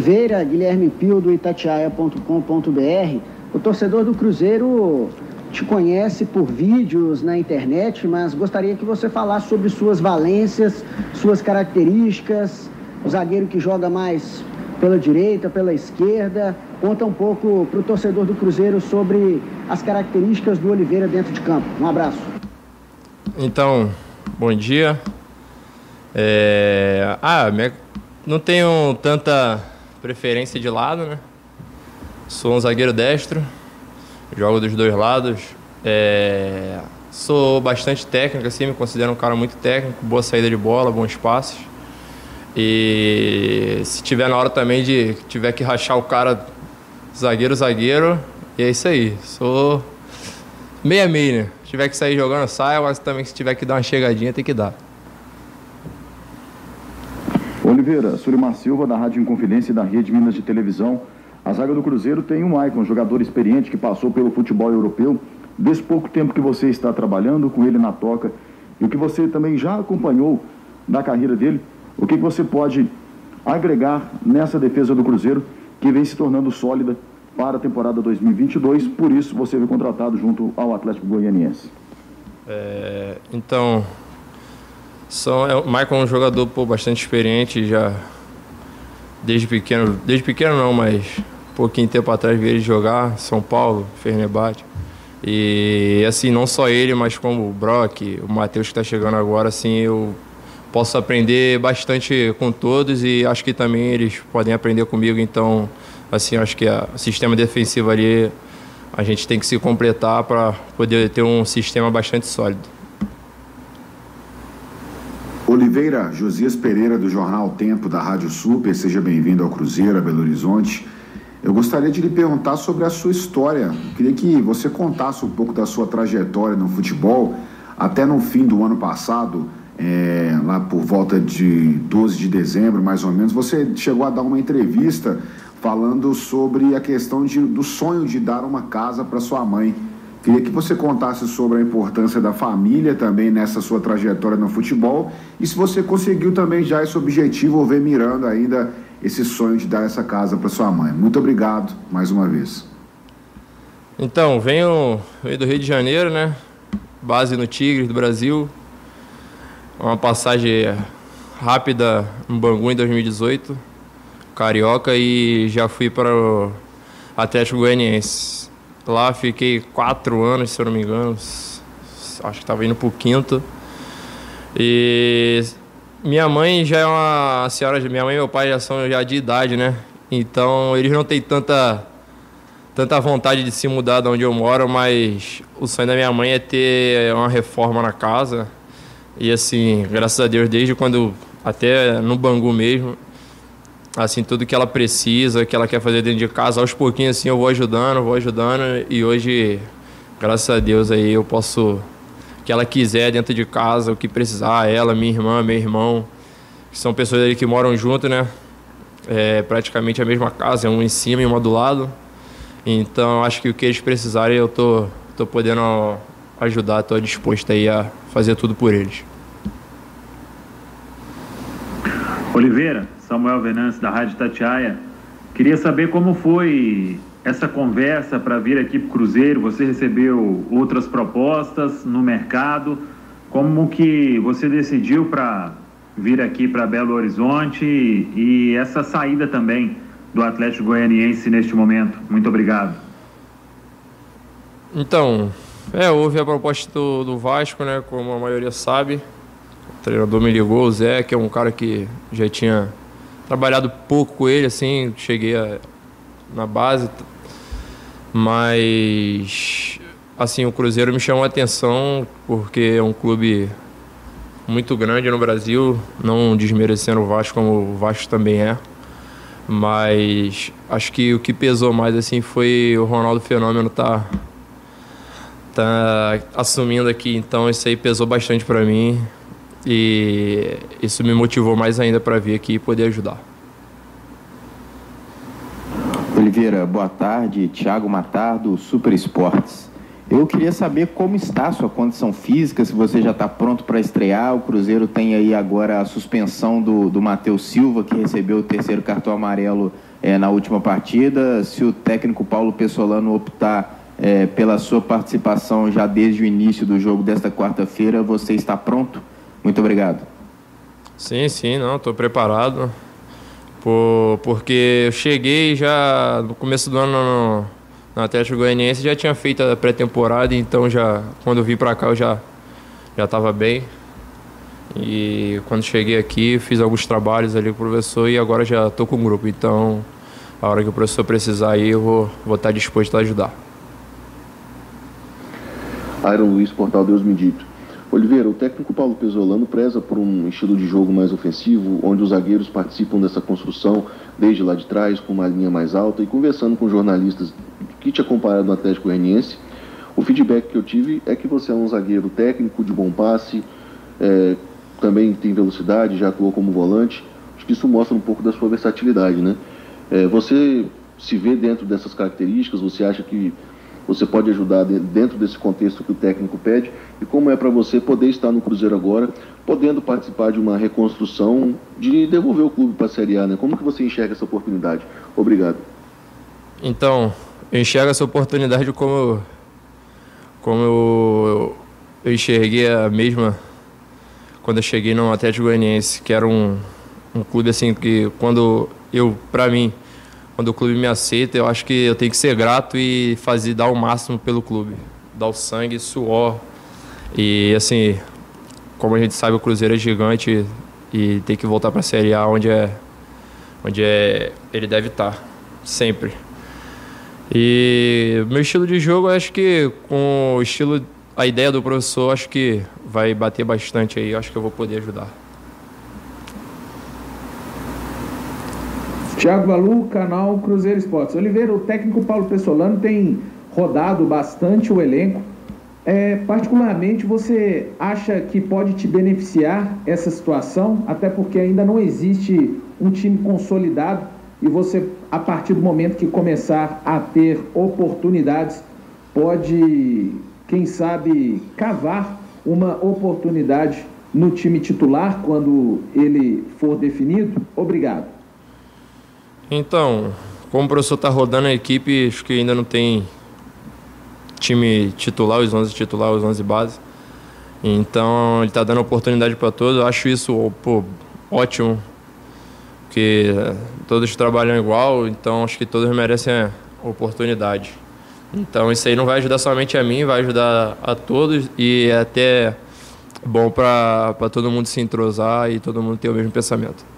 Oliveira, Guilherme Pio, do Itatiaia.com.br. O torcedor do Cruzeiro te conhece por vídeos na internet, mas gostaria que você falasse sobre suas valências, suas características, o zagueiro que joga mais pela direita, pela esquerda. Conta um pouco para o torcedor do Cruzeiro sobre as características do Oliveira dentro de campo. Um abraço. Então, bom dia. Não tenho tanta preferência de lado, né? Sou um zagueiro destro, jogo dos dois lados. Sou bastante técnico, assim, me considero um cara muito técnico, boa saída de bola, bons passes. E se tiver na hora também de tiver que rachar o cara zagueiro, e é isso aí. Sou meia-meia, né? Se tiver que sair jogando, saio, mas também se tiver que dar uma chegadinha, tem que dar. Oliveira, Sulimar Silva, da Rádio Inconfidência e da Rede Minas de Televisão. A zaga do Cruzeiro tem o Maicon, um jogador experiente que passou pelo futebol europeu. Desse pouco tempo que você está trabalhando com ele na toca e o que você também já acompanhou da carreira dele, o que você pode agregar nessa defesa do Cruzeiro que vem se tornando sólida para a temporada 2022, por isso você foi contratado junto ao Atlético Goianiense. O Maicon é um jogador bastante experiente, já desde pequeno não, mas pouquinho tempo atrás vi ele jogar, São Paulo, Fenerbahçe. E assim, não só ele, mas como o Brock, o Matheus que está chegando agora, assim, eu posso aprender bastante com todos e acho que também eles podem aprender comigo. Então, assim, acho que o sistema defensivo ali, a gente tem que se completar para poder ter um sistema bastante sólido. Oliveira, Josias Pereira, do Jornal Tempo, da Rádio Super, seja bem-vindo ao Cruzeiro, a Belo Horizonte. Eu gostaria de lhe perguntar sobre a sua história. Eu queria que você contasse um pouco da sua trajetória no futebol. Até no fim do ano passado, lá por volta de 12 de dezembro, mais ou menos, você chegou a dar uma entrevista falando sobre a questão do sonho de dar uma casa para sua mãe. Queria que você contasse sobre a importância da família também nessa sua trajetória no futebol e se você conseguiu também já esse objetivo ou vem mirando ainda esse sonho de dar essa casa para sua mãe. Muito obrigado mais uma vez. Então, venho do Rio de Janeiro, né? Base no Tigres do Brasil. Uma passagem rápida no Bangu em 2018, Carioca, e já fui para o Atlético Goianiense. Lá fiquei 4 anos, se eu não me engano, acho que estava indo para o 5º. E minha mãe já é uma senhora, minha mãe e meu pai já são de idade, né? Então eles não têm tanta vontade de se mudar de onde eu moro, mas o sonho da minha mãe é ter uma reforma na casa. E assim, graças a Deus, desde quando, até no Bangu mesmo, assim, tudo que ela precisa, que ela quer fazer dentro de casa, aos pouquinhos assim eu vou ajudando, e hoje, graças a Deus, aí eu posso, o que ela quiser dentro de casa, o que precisar, ela, minha irmã, meu irmão, que são pessoas ali que moram junto, né? Praticamente a mesma casa, um em cima e uma do lado. Então, acho que o que eles precisarem eu tô podendo ajudar, tô disposto aí a fazer tudo por eles. Oliveira, Samuel Venâncio, da Rádio Itatiaia. Queria saber como foi essa conversa para vir aqui para o Cruzeiro. Você recebeu outras propostas no mercado? Como que você decidiu para vir aqui para Belo Horizonte e essa saída também do Atlético Goianiense neste momento? Muito obrigado. Então, houve a proposta do Vasco, né, como a maioria sabe. O treinador me ligou, o Zé, que é um cara que já tinha trabalhado pouco com ele, assim, cheguei na base, mas assim, o Cruzeiro me chamou a atenção porque é um clube muito grande no Brasil, não desmerecendo o Vasco, como o Vasco também é, mas acho que o que pesou mais assim foi o Ronaldo Fenômeno tá assumindo aqui, então isso aí pesou bastante para mim. E isso me motivou mais ainda para vir aqui e poder ajudar. Oliveira, boa tarde. Thiago Matar, do Super Esportes. Eu queria saber como está a sua condição física, se você já está pronto para estrear. O Cruzeiro tem aí agora a suspensão do Matheus Silva, que recebeu o 3º cartão amarelo na última partida. Se o técnico Paulo Pessolano optar pela sua participação já desde o início do jogo desta quarta-feira, você está pronto? Muito obrigado. Sim, não, estou preparado. Porque eu cheguei já no começo do ano no Atlético Goianiense, já tinha feito a pré-temporada, então quando eu vim para cá eu já estava bem. E quando cheguei aqui, fiz alguns trabalhos ali com o professor e agora já estou com o grupo. Então, a hora que o professor precisar aí, eu vou estar disposto a ajudar. Iron Luiz, Portal Deus Me Dito. Oliveira, o técnico Paulo Pessolano preza por um estilo de jogo mais ofensivo, onde os zagueiros participam dessa construção desde lá de trás, com uma linha mais alta, e conversando com jornalistas que te acompanharam no Atlético Goianiense, o feedback que eu tive é que você é um zagueiro técnico, de bom passe, também tem velocidade, já atuou como volante. Acho que isso mostra um pouco da sua versatilidade, né? Você se vê dentro dessas características? Você acha que você pode ajudar dentro desse contexto que o técnico pede? E como é para você poder estar no Cruzeiro agora, podendo participar de uma reconstrução, de devolver o clube para a Série A, né? Como que você enxerga essa oportunidade? Obrigado. Então, eu enxergo essa oportunidade como eu enxerguei a mesma quando eu cheguei no Atlético Goianiense, que era um clube assim que quando o clube me aceita, eu acho que eu tenho que ser grato e dar o máximo pelo clube, dar o sangue, suor. E assim, como a gente sabe, o Cruzeiro é gigante e tem que voltar para a Série A onde ele deve estar, sempre. E meu estilo de jogo, eu acho que com a ideia do professor, acho que vai bater bastante aí, acho que eu vou poder ajudar. Thiago Valu, canal Cruzeiro Esportes. Oliveira, o técnico Paulo Pessolano tem rodado bastante o elenco. Particularmente, você acha que pode te beneficiar essa situação? Até porque ainda não existe um time consolidado e você, a partir do momento que começar a ter oportunidades, pode, quem sabe, cavar uma oportunidade no time titular quando ele for definido? Obrigado. Então, como o professor está rodando a equipe, acho que ainda não tem time titular, os 11 titular, os 11 base. Então, ele está dando oportunidade para todos. Eu acho isso ótimo, porque todos trabalham igual, então acho que todos merecem a oportunidade. Então, isso aí não vai ajudar somente a mim, vai ajudar a todos e é até bom para todo mundo se entrosar e todo mundo ter o mesmo pensamento.